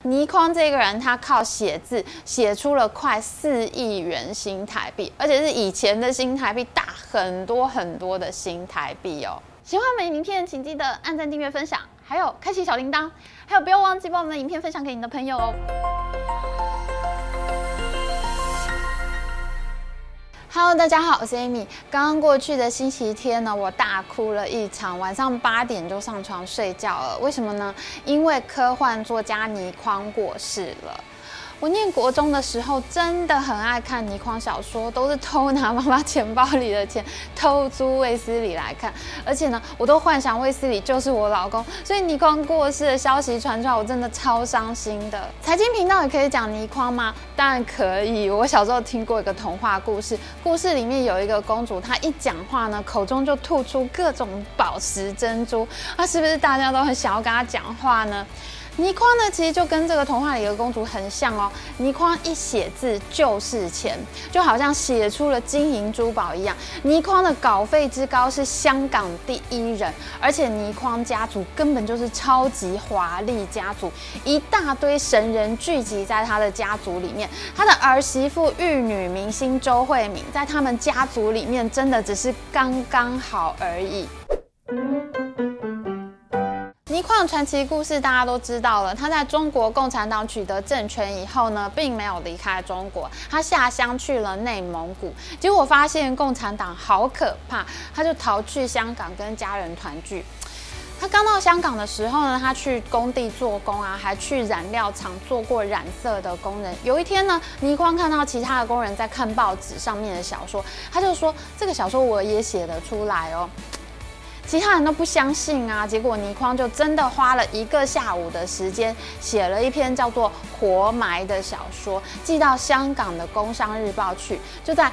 倪匡这个人，他靠写字写出了快4亿元新台币，而且是以前的新台币大很多很多的新台币哦。喜欢我们的影片，请记得按赞、订阅、分享，还有开启小铃铛，还有不要忘记把我们的影片分享给你的朋友哦。Hello， 大家好，我是 Amy。刚刚过去的星期天呢，我大哭了一场，晚上8点就上床睡觉了。为什么呢？因为科幻作家倪匡过世了。我念国中的时候，真的很爱看倪匡小说，都是偷拿妈妈钱包里的钱，偷租卫斯理来看。而且呢，我都幻想卫斯理就是我老公，所以倪匡过世的消息传出来，我真的超伤心的。财经频道也可以讲倪匡吗？当然可以。我小时候听过一个童话故事，故事里面有一个公主，她一讲话呢，口中就吐出各种宝石珍珠，那是不是大家都很想要跟她讲话呢？倪匡呢，其实就跟这个童话里的公主很像哦。倪匡一写字就是钱，就好像写出了金银珠宝一样。倪匡的稿费之高是香港第1人，而且倪匡家族根本就是超级华丽家族，一大堆神人聚集在他的家族里面。他的儿媳妇玉女明星周慧敏，在他们家族里面真的只是刚刚好而已。倪匡的传奇故事大家都知道了，他在中国共产党取得政权以后呢，并没有离开中国，他下乡去了内蒙古，结果发现共产党好可怕，他就逃去香港跟家人团聚。他刚到香港的时候呢，他去工地做工啊，还去染料厂做过染色的工人。有一天呢，倪匡看到其他的工人在看报纸上面的小说，他就说：“这个小说我也写得出来哦。”其他人都不相信啊，结果倪匡就真的花了1个下午的时间，写了一篇叫做《活埋》的小说，寄到香港的《工商日报》去。就在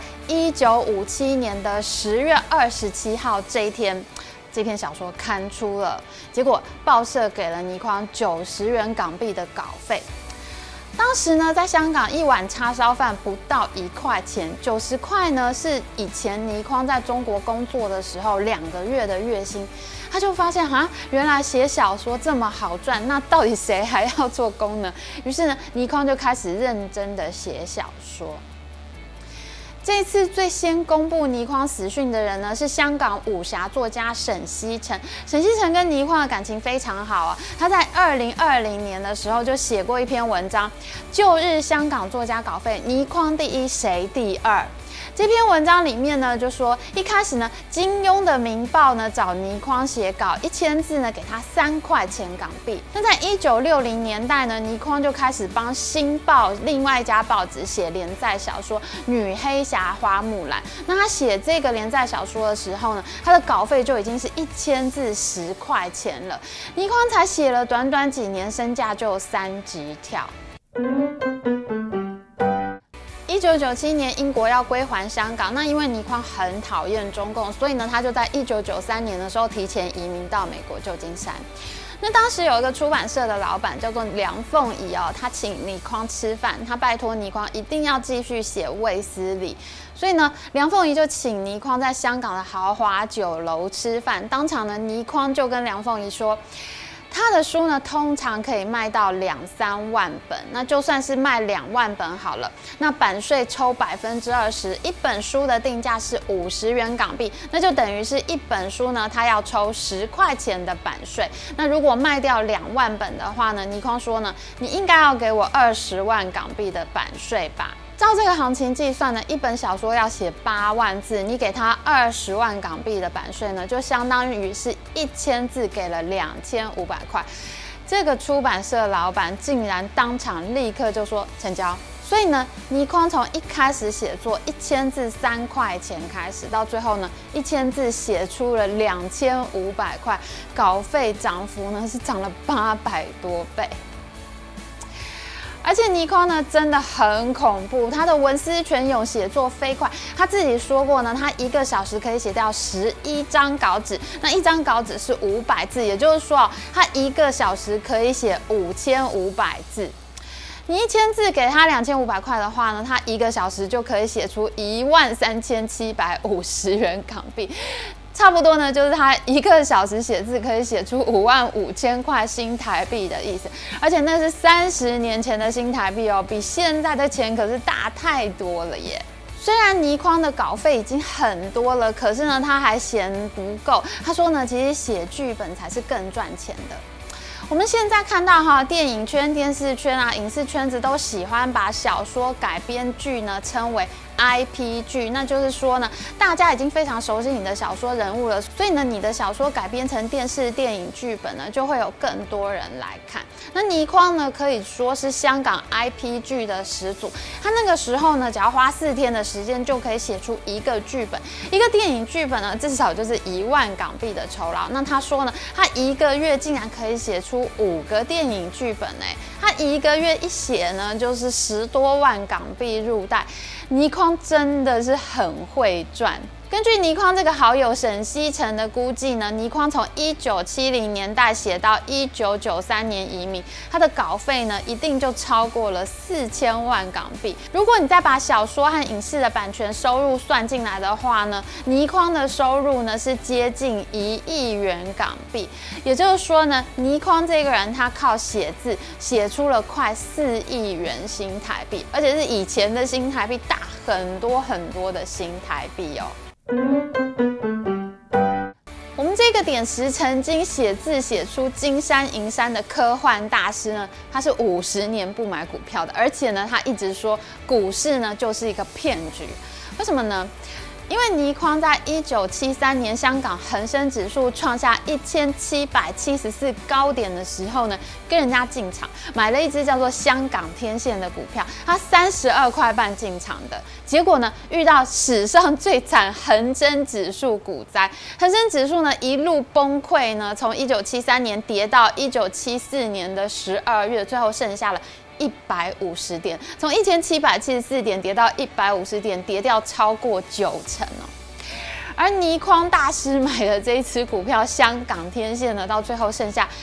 1957年的10月27号这一天，这篇小说刊出了，结果报社给了倪匡90元港币的稿费。当时呢，在香港1碗叉烧饭不到1块钱，90块呢是以前倪匡在中国工作的时候2个月的月薪。他就发现原来写小说这么好赚，那到底谁还要做工呢？于是呢，倪匡就开始认真的写小说。这一次最先公布倪匡死讯的人呢，是香港武侠作家沈西城。沈西城跟倪匡的感情非常好啊，他在2020年的时候就写过一篇文章，旧日香港作家稿费，倪匡第1，谁第2？这篇文章里面呢，就说一开始呢，金庸的《明报》呢找倪匡写稿，1000字呢给他3块钱港币。那在1960年代呢，倪匡就开始帮《新报》另外一家报纸写连载小说《女黑侠花木兰》。那他写这个连载小说的时候呢，他的稿费就已经是1000字10块钱了。倪匡才写了短短几年，身价就3级跳。1997年，英国要归还香港，那因为倪匡很讨厌中共，所以呢，他就在1993年的时候提前移民到美国旧金山。那当时有一个出版社的老板叫做梁凤仪哦，他请倪匡吃饭，他拜托倪匡一定要继续写卫斯理，所以呢，梁凤仪就请倪匡在香港的豪华酒楼吃饭，当场呢，倪匡就跟梁凤仪说，他的书呢，通常可以卖到2-3万本，那就算是卖2万本好了，那版税抽20%，一本书的定价是50元港币，那就等于是一本书呢，他要抽10块钱的版税。那如果卖掉2万本的话呢，倪匡说呢，你应该要给我20万港币的版税吧。照这个行情计算呢，一本小说要写8万字，你给他20万港币的版税呢，就相当于是1000字给了2500块。这个出版社老板竟然当场立刻就说成交。所以呢，倪匡从一开始写作1000字3块钱开始，到最后呢，1000字写出了2500块，稿费涨幅呢是涨了800多倍。而且倪匡呢真的很恐怖，他的文思泉涌，写作飞快。他自己说过呢，他1个小时可以写掉11张稿纸，那1张稿纸是500字，也就是说他1个小时可以写5500字。你1000字给他2500块的话呢，他1个小时就可以写出13750元港币。 差不多呢，就是他1个小时写字可以写出55000块新台币的意思，而且那是30年前的新台币哦，比现在的钱可是大太多了耶。虽然倪匡的稿费已经很多了，可是呢，他还嫌不够。他说呢，其实写剧本才是更赚钱的。我们现在看到哈，电影圈、电视圈啊、影视圈子都喜欢把小说改编剧呢称为 IP 剧，那就是说呢，大家已经非常熟悉你的小说人物了，所以呢，你的小说改编成电视、电影剧本呢，就会有更多人来看。那倪匡呢，可以说是香港 IP 剧的始祖。他那个时候呢，只要花4天的时间就可以写出1个剧本，一个电影剧本呢，至少就是1万港币的酬劳。那他说呢，他1个月竟然可以写出5个电影剧本他1个月一写呢，就是10多万港币入袋。倪匡真的是很会赚。根据倪匡这个好友沈西城的估计呢，倪匡从1970年代写到1993年移民，他的稿费呢一定就超过了4000万港币。如果你再把小说和影视的版权收入算进来的话呢，倪匡的收入呢是接近1亿元港币。也就是说呢，倪匡这个人他靠写字写出了快4亿元新台币，而且是以前的新台币大很多很多的新台币哦。我们这个点石曾经写字写出金山银山的科幻大师呢，他是50年不买股票的，而且呢，他一直说股市呢就是一个骗局。为什么呢？因为倪匡在1973年香港恒生指数创下1774高点的时候呢，跟人家进场买了一只叫做香港天线的股票，他32块半进场的，结果呢遇到史上最惨恒生指数股灾，恒生指数呢一路崩溃呢，从1973年跌到1974年的12月，最后剩下了150点，从1774点跌到150点，跌掉超过90%哦。而倪匡大师买的这一支股票香港天线呢，到最后剩下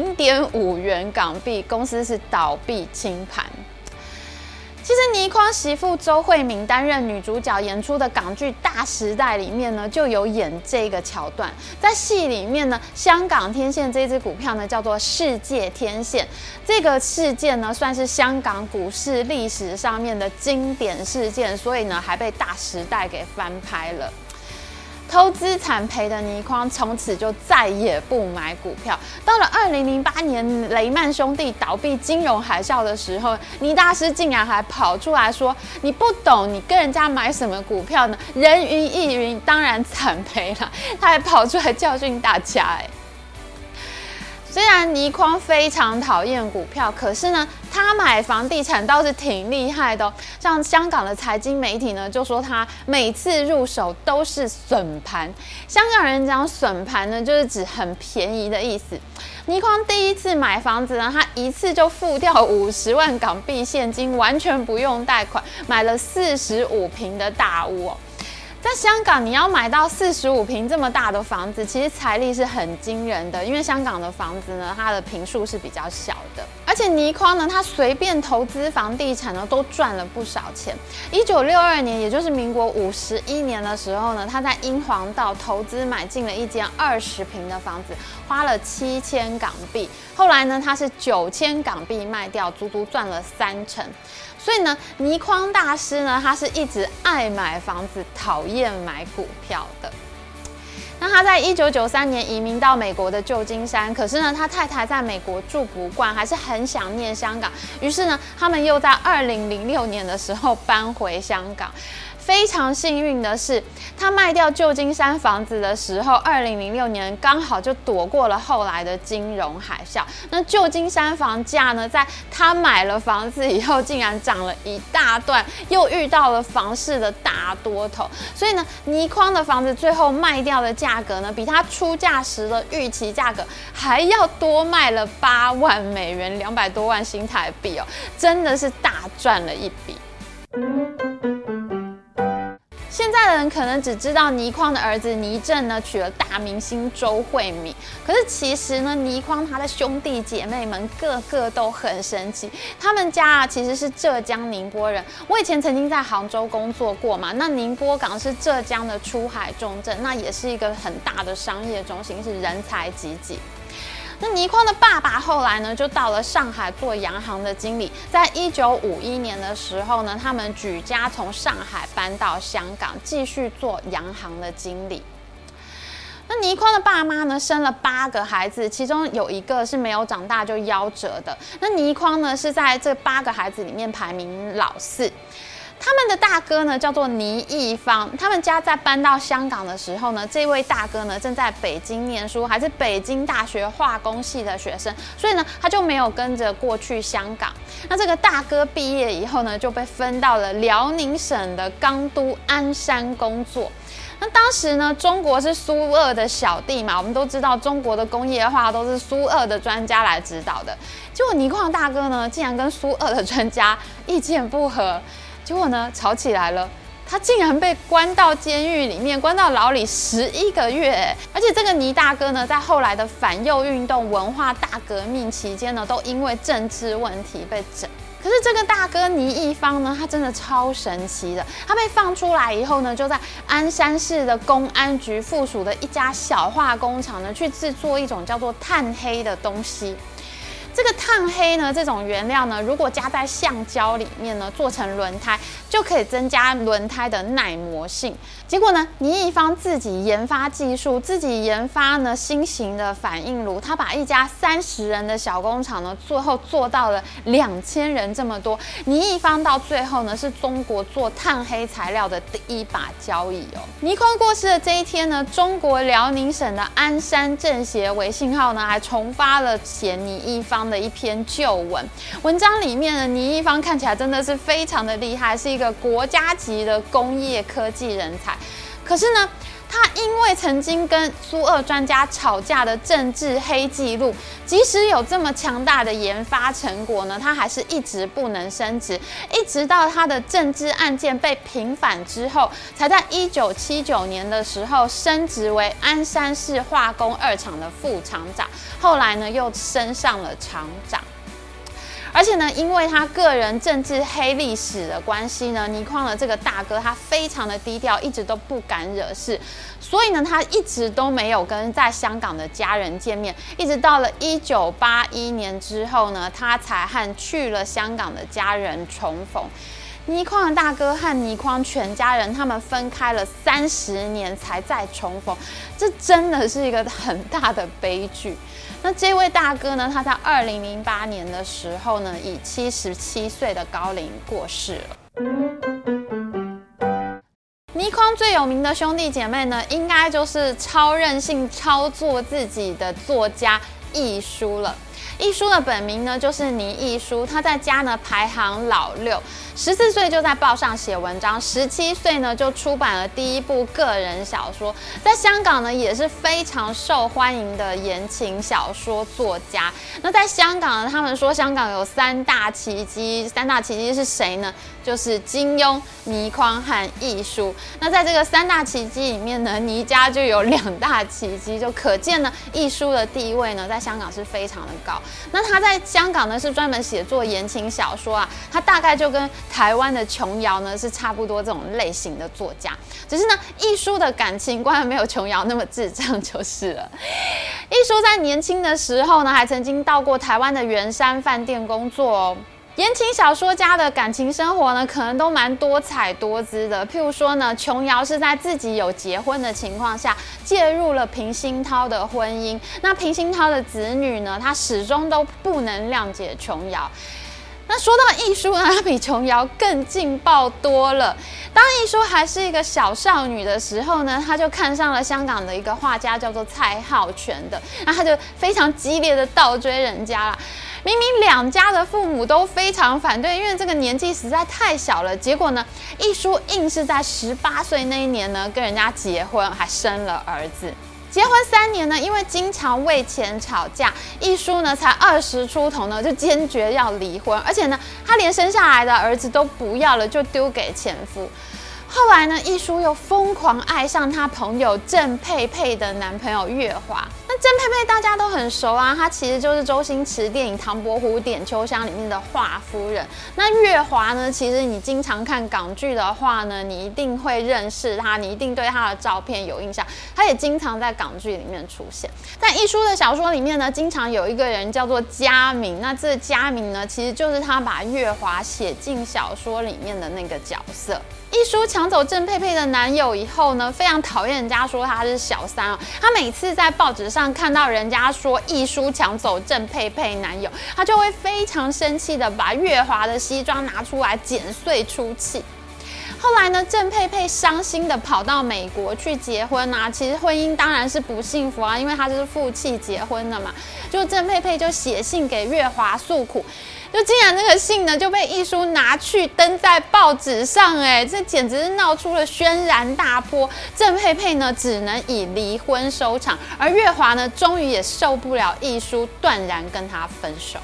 0.5元港币，公司是倒闭清盘。其实倪匡媳妇周慧敏担任女主角演出的港剧《大时代》里面呢，就有演这个桥段。在戏里面呢，香港天线这支股票呢叫做世界天线，这个事件呢算是香港股市历史上面的经典事件，所以呢还被《大时代》给翻拍了。投资惨赔的倪匡从此就再也不买股票。到了2008年雷曼兄弟倒闭金融海啸的时候，倪大师竟然还跑出来说：“你不懂，你跟人家买什么股票呢？人云亦云，当然惨赔了。”他还跑出来教训大家虽然倪匡非常讨厌股票，可是呢，他买房地产倒是挺厉害的哦。像香港的财经媒体呢，就说他每次入手都是笋盘。香港人讲笋盘呢，就是指很便宜的意思。倪匡第一次买房子呢，他一次就付掉50万港币现金，完全不用贷款，买了45坪的大屋哦。在香港，你要买到45坪这么大的房子，其实财力是很惊人的。因为香港的房子呢，它的坪数是比较小的，而且倪匡呢，他随便投资房地产呢，都赚了不少钱。1962年，也就是民国51年的时候呢，他在英皇道投资买进了一间20坪的房子，花了7000港币。后来呢，他是9000港币卖掉，足足赚了30%。所以呢，倪匡大师呢，他是一直爱买房子，讨厌买股票的。那他在1993年移民到美国的旧金山，可是呢，他太太在美国住不惯，还是很想念香港。于是呢，他们又在2006年的时候搬回香港。非常幸运的是，他卖掉旧金山房子的时候，2006年刚好就躲过了后来的金融海啸。那旧金山房价呢，在他买了房子以后，竟然涨了一大段，又遇到了房市的大多头。所以呢，倪匡的房子最后卖掉的价格呢，比他出价时的预期价格还要多卖了8万美元，200多万新台币哦，真的是大赚了一笔。现在人可能只知道倪匡的儿子倪震呢娶了大明星周慧敏，可是其实呢，倪匡他的兄弟姐妹们个个都很神奇。他们家其实是浙江宁波人。我以前曾经在杭州工作过嘛，那宁波港是浙江的出海重镇，那也是一个很大的商业中心，是人才济济。那倪匡的爸爸后来呢，就到了上海做洋行的经理。在1951年的时候呢，他们举家从上海搬到香港，继续做洋行的经理。那倪匡的爸妈呢，生了8个孩子，其中有1个是没有长大就夭折的。那倪匡呢，是在这8个孩子里面排名老4。他们的大哥呢叫做倪义芳，他们家在搬到香港的时候呢，这位大哥呢正在北京念书，还是北京大学化工系的学生，所以呢他就没有跟着过去香港。那这个大哥毕业以后呢，就被分到了辽宁省的钢都鞍山工作。那当时呢，中国是苏2的小弟嘛，我们都知道中国的工业化都是苏2的专家来指导的。结果倪匡大哥呢，竟然跟苏2的专家意见不合。结果呢，吵起来了，他竟然被关到监狱里面，关到牢里11个月。而且这个倪大哥呢，在后来的反右运动、文化大革命期间呢，都因为政治问题被整。可是这个大哥倪义芳呢，他真的超神奇的。他被放出来以后呢，就在鞍山市的公安局附属的一家小化工厂呢，去制作一种叫做碳黑的东西。这个碳黑呢，这种原料呢，如果加在橡胶里面呢，做成轮胎，就可以增加轮胎的耐磨性。结果呢，倪义芳自己研发技术，自己研发呢新型的反应炉，他把一家30人的小工厂呢，最后做到了2000人这么多。倪义芳到最后呢，是中国做碳黑材料的第1把交椅哦。倪匡过世的这一天呢，中国辽宁省的鞍山政协微信号呢，还重发了写倪义芳的一篇旧文，文章里面的倪义芳看起来真的是非常的厉害，是一个国家级的工业科技人才。可是呢，他因为曾经跟苏2专家吵架的政治黑记录，即使有这么强大的研发成果呢，他还是一直不能升职，一直到他的政治案件被平反之后，才在1979年的时候升职为鞍山市化工2厂的副厂长，后来呢又升上了厂长。而且呢，因为他个人政治黑历史的关系呢，倪匡的这个大哥他非常的低调，一直都不敢惹事，所以呢，他一直都没有跟在香港的家人见面，一直到了1981年之后呢，他才和去了香港的家人重逢。倪匡的大哥和倪匡全家人，他们分开了30年才再重逢，这真的是一个很大的悲剧。那这位大哥呢，他在2008年的时候呢，以77岁的高龄过世了。倪匡最有名的兄弟姐妹呢，应该就是超任性、超做自己的作家亦舒了。亦舒的本名呢就是倪亦舒，他在家呢排行老6，14岁就在报上写文章，17岁呢就出版了第1部个人小说，在香港呢也是非常受欢迎的言情小说作家。那在香港呢，他们说香港有3大奇迹，3大奇迹是谁呢？就是金庸、倪匡和亦舒。那在这个3大奇迹里面呢，倪家就有2大奇迹，就可见呢亦舒的地位呢在香港是非常的高。那他在香港呢是专门写作言情小说啊，他大概就跟台湾的琼瑶呢是差不多这种类型的作家，只是呢亦舒的感情观没有琼瑶那么智障就是了。亦舒在年轻的时候呢，还曾经到过台湾的圆山饭店工作哦。言情小说家的感情生活呢，可能都蛮多彩多姿的。譬如说呢，琼瑶是在自己有结婚的情况下，介入了平鑫涛的婚姻。那平鑫涛的子女呢，他始终都不能谅解琼瑶。那说到亦舒呢，她比琼瑶更劲爆多了。当亦舒还是一个小少女的时候呢，她就看上了香港的一个画家，叫做蔡浩全的。那她就非常激烈的倒追人家啦。明明2家的父母都非常反对，因为这个年纪实在太小了。结果呢，亦舒硬是在18岁那一年呢，跟人家结婚，还生了儿子。结婚3年呢，因为经常为钱吵架，亦舒呢才20出头呢，就坚决要离婚，而且呢，她连生下来的儿子都不要了，就丢给前夫。 后来呢，亦舒又疯狂爱上她朋友郑佩佩的男朋友月华。那郑佩佩大家都很熟啊，她其实就是周星驰电影《唐伯虎点秋香》里面的华夫人。那月华呢，其实你经常看港剧的话呢，你一定会认识她，你一定对她的照片有印象。她也经常在港剧里面出现。在亦舒的小说里面呢，经常有一个人叫做佳明。那这个佳明呢，其实就是他把月华写进小说里面的那个角色。亦舒抢走郑佩佩的男友以后呢，非常讨厌人家说他是小三哦。他每次在报纸上看到人家说亦舒抢走郑佩佩男友，他就会非常生气的把月华的西装拿出来剪碎出气。后来呢，郑佩佩伤心的跑到美国去结婚啊，其实婚姻当然是不幸福啊，因为他是负气结婚的嘛。就郑佩佩就写信给月华诉苦。就竟然这个信呢就被亦舒拿去登在报纸上，这简直是闹出了轩然大波。郑佩佩呢只能以离婚收场，而月华呢终于也受不了亦舒，断然跟他分手。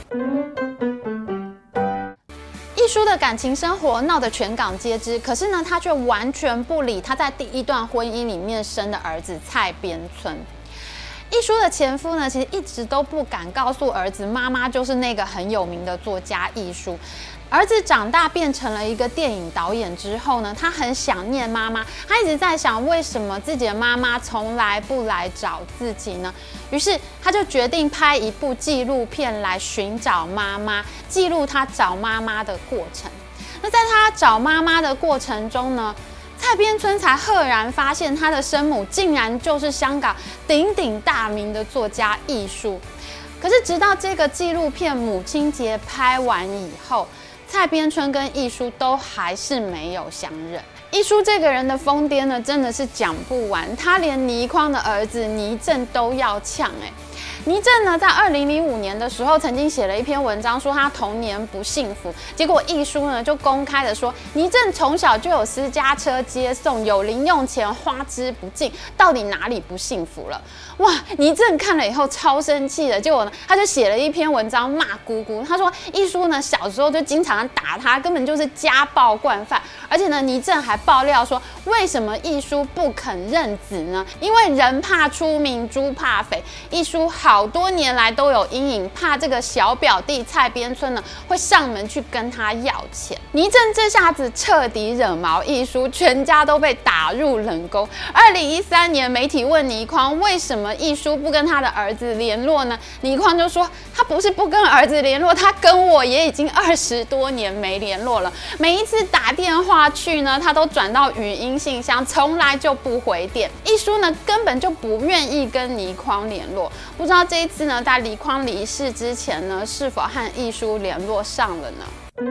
亦舒的感情生活闹得全港皆知，可是呢，她却完全不理她在第一段婚姻里面生的儿子蔡边村。亦舒的前夫呢，其实一直都不敢告诉儿子，妈妈就是那个很有名的作家亦舒。儿子长大变成了一个电影导演之后呢，他很想念妈妈，他一直在想为什么自己的妈妈从来不来找自己呢？于是他就决定拍一部纪录片来寻找妈妈，记录他找妈妈的过程。那在他找妈妈的过程中呢，蔡边村才赫然发现他的生母竟然就是香港鼎鼎大名的作家亦舒。可是直到这个纪录片母亲节拍完以后，蔡边村跟亦舒都还是没有相认。亦舒这个人的疯癫呢，真的是讲不完，他连倪匡的儿子倪震都要呛倪震呢，在2005年的时候，曾经写了一篇文章，说他童年不幸福。结果亦舒呢，就公开的说，倪震从小就有私家车接送，有零用钱花之不尽，到底哪里不幸福了？哇！倪震看了以后超生气的，结果呢，他就写了一篇文章骂姑姑。他说亦舒呢，小时候就经常打他，根本就是家暴惯犯。而且呢，倪震还爆料说，为什么亦舒不肯认子呢？因为人怕出名，猪怕肥。亦舒好多年来都有阴影，怕这个小表弟蔡边村呢会上门去跟他要钱。倪震这下子彻底惹毛亦舒，全家都被打入冷宫。2013年，媒体问倪匡为什么亦舒不跟他的儿子联络呢？倪匡就说他不是不跟儿子联络，他跟我也已经20多年没联络了。每一次打电话去呢，他都转到语音信箱，从来就不回电。亦舒呢根本就不愿意跟倪匡联络。不知道这一次呢，在倪匡离世之前呢，是否和亦舒联络上了呢？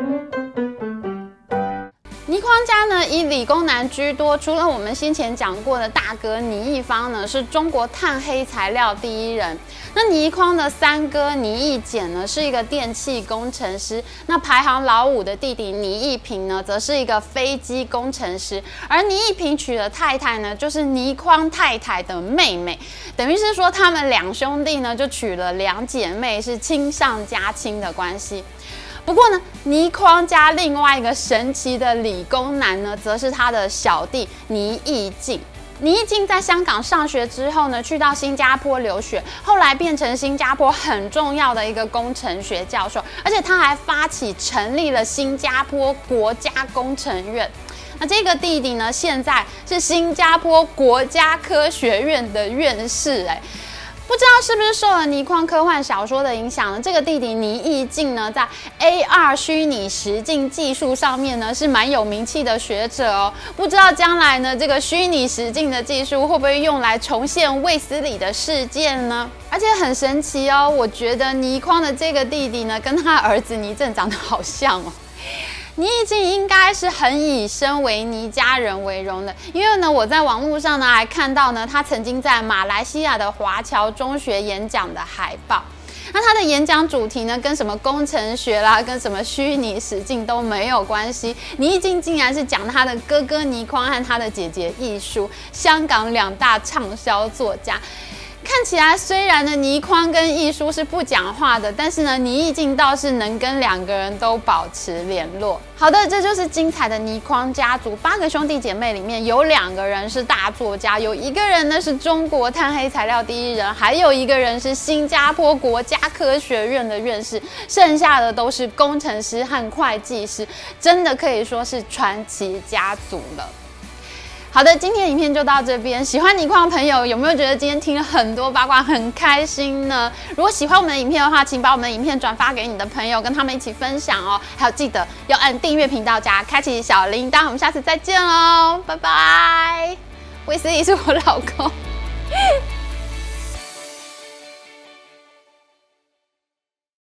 倪匡家呢以理工男居多，除了我们先前讲过的大哥倪一芳呢，是中国碳黑材料第一人。那倪匡的三哥倪义简呢，是一个电气工程师。那排行老5的弟弟倪义平呢，则是一个飞机工程师。而倪义平娶的太太呢，就是倪匡太太的妹妹，等于是说他们两兄弟呢，就娶了2姐妹，是亲上加亲的关系。不过呢，倪匡家另外一个神奇的理工男呢，则是他的小弟倪义敬。倪义敬在香港上学之后呢，去到新加坡留学，后来变成新加坡很重要的一个工程学教授，而且他还发起成立了新加坡国家工程院。那这个弟弟呢，现在是新加坡国家科学院的院士不知道是不是受了倪匡科幻小说的影响呢？这个弟弟倪义敬呢，在 AR 虚拟实境技术上面呢，是蛮有名气的学者哦。不知道将来呢，这个虚拟实境的技术会不会用来重现卫斯理的事件呢？而且很神奇哦，我觉得倪匡的这个弟弟呢，跟他儿子倪震长得好像哦。倪义敬应该是很以身为倪家人为荣的，因为呢，我在网络上呢还看到呢，他曾经在马来西亚的华侨中学演讲的海报。那他的演讲主题呢，跟什么工程学啦，跟什么虚拟实境都没有关系。倪义敬竟然是讲他的哥哥倪匡和他的姐姐亦舒，香港2大畅销作家。 看起来虽然呢倪匡跟亦舒是不讲话的，但是呢倪义静倒是能跟2个人都保持联络。好的，这就是精彩的倪匡家族。8个兄弟姐妹里面有2个人是大作家，有1个人呢是中国碳黑材料第1人，还有1个人是新加坡国家科学院的院士，剩下的都是工程师和会计师，真的可以说是传奇家族了。好的，今天的影片就到这边。喜欢倪匡的朋友有没有觉得今天听了很多八卦很开心呢？如果喜欢我们的影片的话，请把我们的影片转发给你的朋友，跟他们一起分享哦。还有记得要按订阅频道加开启小铃铛。我们下次再见喽，拜拜。威斯利是我老公。